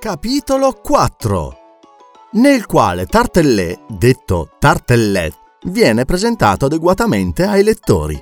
Capitolo 4, nel quale Tartellet, detto Tartellet, viene presentato adeguatamente ai lettori.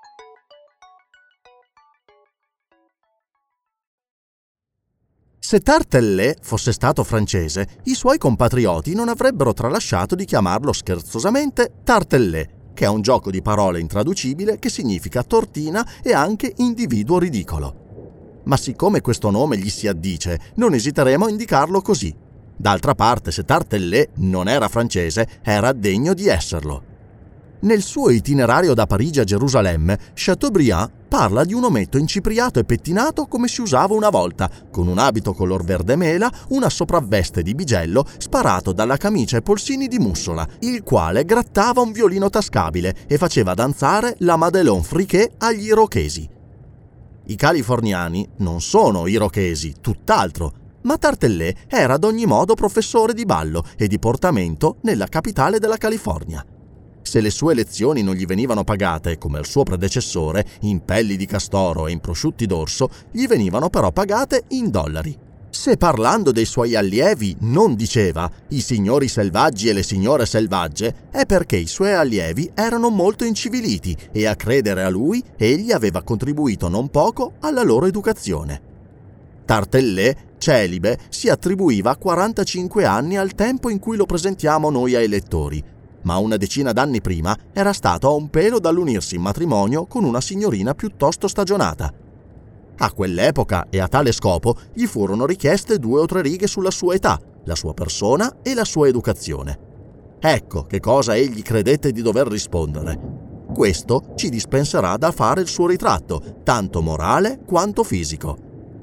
Se Tartellet fosse stato francese, i suoi compatrioti non avrebbero tralasciato di chiamarlo scherzosamente Tartellet, che è un gioco di parole intraducibile che significa tortina e anche individuo ridicolo. Ma siccome questo nome gli si addice, non esiteremo a indicarlo così. D'altra parte, se Tartellet non era francese, era degno di esserlo. Nel suo itinerario da Parigi a Gerusalemme, Chateaubriand parla di un ometto incipriato e pettinato come si usava una volta, con un abito color verde mela, una sopravveste di bigello, sparato dalla camicia e polsini di mussola, il quale grattava un violino tascabile e faceva danzare la Madelon friché agli irochesi. I californiani non sono irochesi, tutt'altro, ma Tartellet era ad ogni modo professore di ballo e di portamento nella capitale della California. Se le sue lezioni non gli venivano pagate, come al suo predecessore, in pelli di castoro e in prosciutti d'orso, gli venivano però pagate in dollari. Se parlando dei suoi allievi non diceva «i signori selvaggi e le signore selvagge», è perché i suoi allievi erano molto inciviliti e, a credere a lui, egli aveva contribuito non poco alla loro educazione. Tartellet, celibe, si attribuiva 45 anni al tempo in cui lo presentiamo noi ai lettori, ma una decina d'anni prima era stato a un pelo dall'unirsi in matrimonio con una signorina piuttosto stagionata. A quell'epoca e a tale scopo gli furono richieste 2 o 3 righe sulla sua età, la sua persona e la sua educazione. Ecco che cosa egli credette di dover rispondere. Questo ci dispenserà da fare il suo ritratto, tanto morale quanto fisico.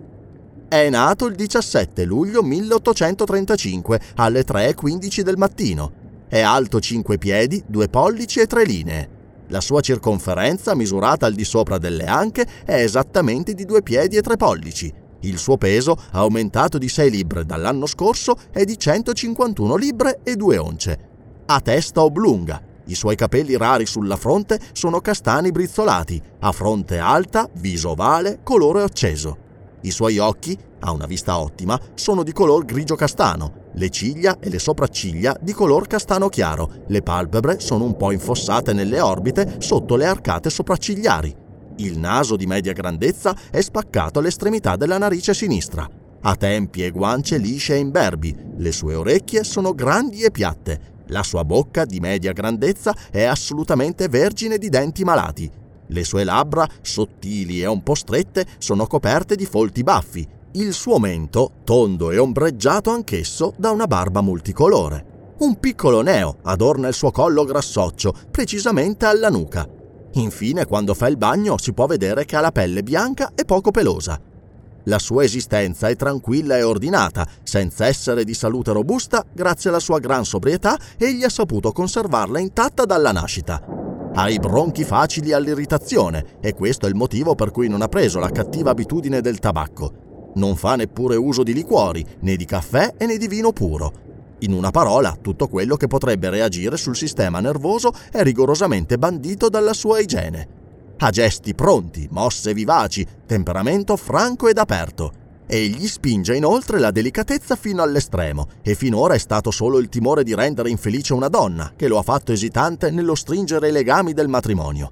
È nato il 17 luglio 1835 alle 3:15 del mattino. È alto 5 piedi, 2 pollici e 3 linee. La sua circonferenza, misurata al di sopra delle anche, è esattamente di 2 piedi e 3 pollici. Il suo peso, aumentato di 6 libbre dall'anno scorso, è di 151 libbre e 2 once. Ha testa oblunga. I suoi capelli rari sulla fronte sono castani brizzolati, ha fronte alta, viso ovale, colore acceso. I suoi occhi, ha una vista ottima, sono di color grigio castano. Le ciglia e le sopracciglia di color castano chiaro, le palpebre sono un po' infossate nelle orbite sotto le arcate sopraccigliari. Il naso di media grandezza è spaccato all'estremità della narice sinistra. Ha tempie e guance lisce e imberbi, le sue orecchie sono grandi e piatte. La sua bocca di media grandezza è assolutamente vergine di denti malati. Le sue labbra, sottili e un po' strette, sono coperte di folti baffi. Il suo mento, tondo e ombreggiato anch'esso da una barba multicolore. Un piccolo neo adorna il suo collo grassoccio, precisamente alla nuca. Infine, quando fa il bagno, si può vedere che ha la pelle bianca e poco pelosa. La sua esistenza è tranquilla e ordinata, senza essere di salute robusta, grazie alla sua gran sobrietà, egli ha saputo conservarla intatta dalla nascita. Ha i bronchi facili all'irritazione e questo è il motivo per cui non ha preso la cattiva abitudine del tabacco. Non fa neppure uso di liquori, né di caffè e né di vino puro. In una parola, tutto quello che potrebbe reagire sul sistema nervoso è rigorosamente bandito dalla sua igiene. Ha gesti pronti, mosse vivaci, temperamento franco ed aperto. Egli spinge inoltre la delicatezza fino all'estremo e finora è stato solo il timore di rendere infelice una donna che lo ha fatto esitante nello stringere i legami del matrimonio.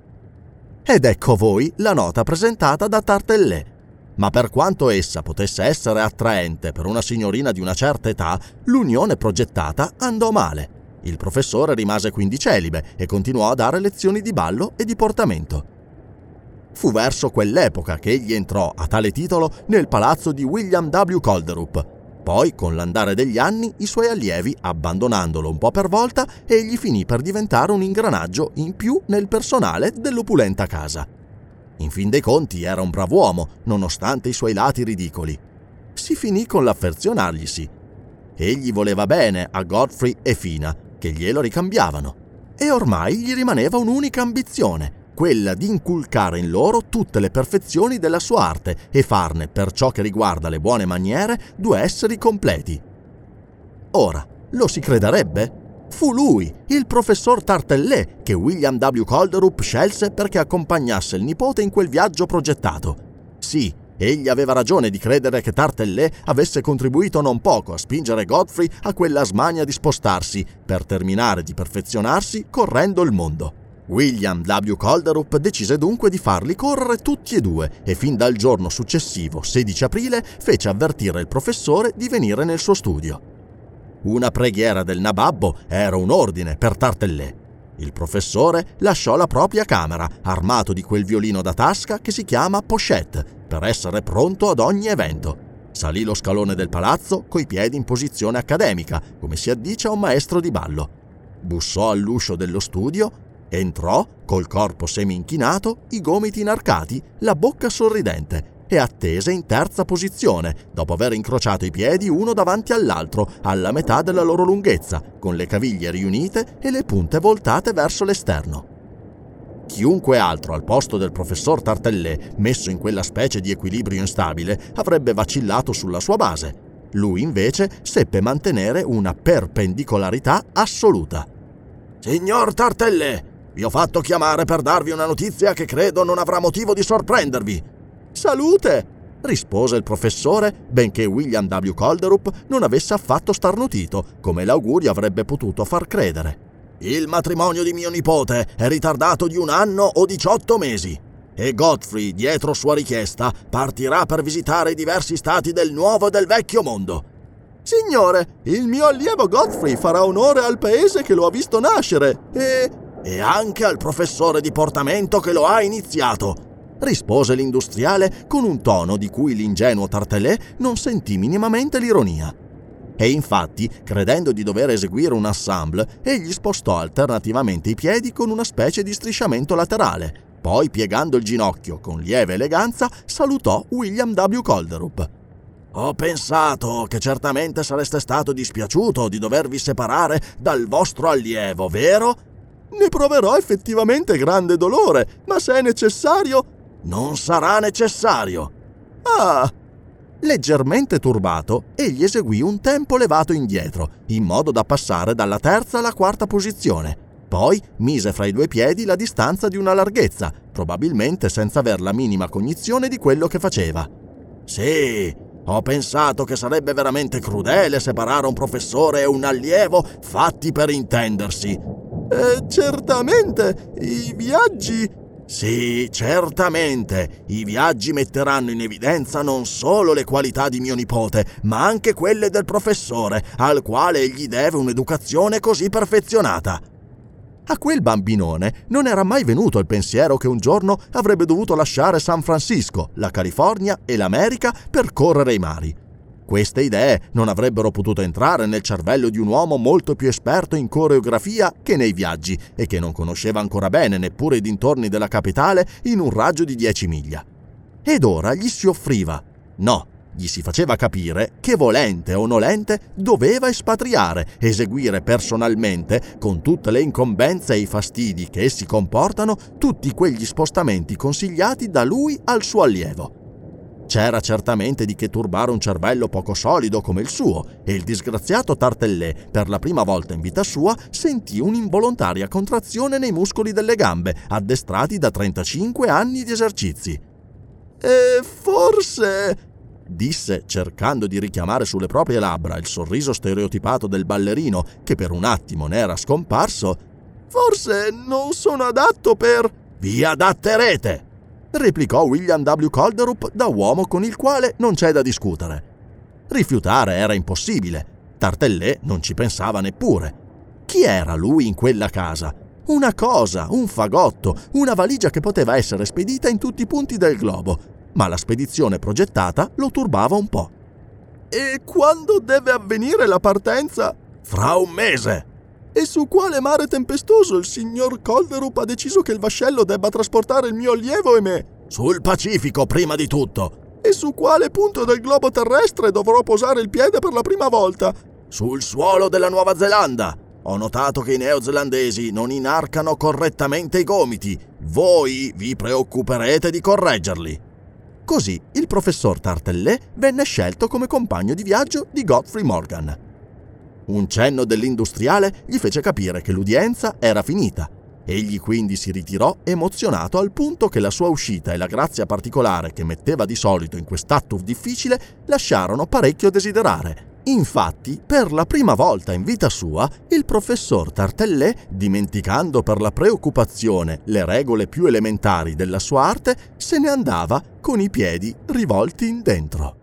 Ed ecco voi la nota presentata da Tartellet. Ma per quanto essa potesse essere attraente per una signorina di una certa età, l'unione progettata andò male. Il professore rimase quindi celibe e continuò a dare lezioni di ballo e di portamento. Fu verso quell'epoca che egli entrò a tale titolo nel palazzo di William W. Kolderup. Poi, con l'andare degli anni, i suoi allievi, abbandonandolo un po' per volta, egli finì per diventare un ingranaggio in più nel personale dell'opulenta casa. In fin dei conti era un brav'uomo, nonostante i suoi lati ridicoli. Si finì con l'affezionarglisi. Egli voleva bene a Godfrey e Fina, che glielo ricambiavano, e ormai gli rimaneva un'unica ambizione, quella di inculcare in loro tutte le perfezioni della sua arte e farne, per ciò che riguarda le buone maniere, 2 esseri completi. Ora, lo si crederebbe? Fu lui, il professor Tartellet, che William W. Kolderup scelse perché accompagnasse il nipote in quel viaggio progettato. Sì, Egli aveva ragione di credere che Tartelett avesse contribuito non poco a spingere Godfrey a quella smania di spostarsi per terminare di perfezionarsi correndo il mondo. William W. Calderup decise dunque di farli correre tutti e due e fin dal giorno successivo, 16 aprile, fece avvertire il professore di venire nel suo studio. Una preghiera del nababbo era un ordine per Tartelett. Il professore lasciò la propria camera, armato di quel violino da tasca che si chiama pochette, per essere pronto ad ogni evento. Salì lo scalone del palazzo coi piedi in posizione accademica, come si addice a un maestro di ballo. Bussò all'uscio dello studio, entrò col corpo semi-inchinato, i gomiti inarcati, la bocca sorridente, e attese in terza posizione, dopo aver incrociato i piedi uno davanti all'altro, alla metà della loro lunghezza, con le caviglie riunite e le punte voltate verso l'esterno. Chiunque altro al posto del professor Tartelett, messo in quella specie di equilibrio instabile, avrebbe vacillato sulla sua base. Lui invece seppe mantenere una perpendicolarità assoluta. «Signor Tartelett, vi ho fatto chiamare per darvi una notizia che credo non avrà motivo di sorprendervi». «Salute!» rispose il professore, benché William W. Calderup non avesse affatto starnutito, come l'augurio avrebbe potuto far credere. «Il matrimonio di mio nipote è ritardato di 1 anno o 18 mesi e Godfrey, dietro sua richiesta, partirà per visitare i diversi stati del nuovo e del vecchio mondo». «Signore, il mio allievo Godfrey farà onore al paese che lo ha visto nascere e anche al professore di portamento che lo ha iniziato», rispose l'industriale con un tono di cui l'ingenuo Tartelett non sentì minimamente l'ironia. E infatti, credendo di dover eseguire un ensemble, egli spostò alternativamente i piedi con una specie di strisciamento laterale. Poi, piegando il ginocchio con lieve eleganza, salutò William W. Calderup. «Ho pensato che certamente sareste stato dispiaciuto di dovervi separare dal vostro allievo, vero?» «Ne proverò effettivamente grande dolore, ma se è necessario...» «Non sarà necessario». «Ah!» Leggermente turbato, egli eseguì un tempo levato indietro, in modo da passare dalla terza alla quarta posizione. Poi mise fra i due piedi la distanza di una larghezza, probabilmente senza aver la minima cognizione di quello che faceva. «Sì, ho pensato che sarebbe veramente crudele separare un professore e un allievo fatti per intendersi». «Certamente, i viaggi...» «Sì, certamente. I viaggi metteranno in evidenza non solo le qualità di mio nipote, ma anche quelle del professore, al quale egli deve un'educazione così perfezionata». A quel bambinone non era mai venuto il pensiero che un giorno avrebbe dovuto lasciare San Francisco, la California e l'America per correre i mari. Queste idee non avrebbero potuto entrare nel cervello di un uomo molto più esperto in coreografia che nei viaggi e che non conosceva ancora bene neppure i dintorni della capitale in un raggio di 10 miglia. Ed ora gli si offriva, no, gli si faceva capire che volente o nolente doveva espatriare, eseguire personalmente, con tutte le incombenze e i fastidi che essi comportano, tutti quegli spostamenti consigliati da lui al suo allievo. C'era certamente di che turbare un cervello poco solido come il suo, e il disgraziato Tartelett, per la prima volta in vita sua, sentì un'involontaria contrazione nei muscoli delle gambe, addestrati da 35 anni di esercizi. Forse... disse, cercando di richiamare sulle proprie labbra il sorriso stereotipato del ballerino, che per un attimo ne era scomparso, «forse non sono adatto per...» «Vi adatterete!» replicò William W. Calderup da uomo con il quale non c'è da discutere. Rifiutare era impossibile. Tartelett non ci pensava neppure. Chi era lui in quella casa? Una cosa, un fagotto, una valigia che poteva essere spedita in tutti i punti del globo, ma la spedizione progettata lo turbava un po'. «E quando deve avvenire la partenza?» «Fra 1 mese!» «E su quale mare tempestoso il signor Calderup ha deciso che il vascello debba trasportare il mio allievo e me?» «Sul Pacifico, prima di tutto». «E su quale punto del globo terrestre dovrò posare il piede per la prima volta?» «Sul suolo della Nuova Zelanda. Ho notato che i neozelandesi non inarcano correttamente i gomiti. Voi vi preoccuperete di correggerli». Così il professor Tartelett venne scelto come compagno di viaggio di Godfrey Morgan. Un cenno dell'industriale gli fece capire che l'udienza era finita. Egli quindi si ritirò emozionato al punto che la sua uscita e la grazia particolare che metteva di solito in quest'atto difficile lasciarono parecchio desiderare. Infatti, per la prima volta in vita sua, il professor Tartellet, dimenticando per la preoccupazione le regole più elementari della sua arte, se ne andava con i piedi rivolti in dentro.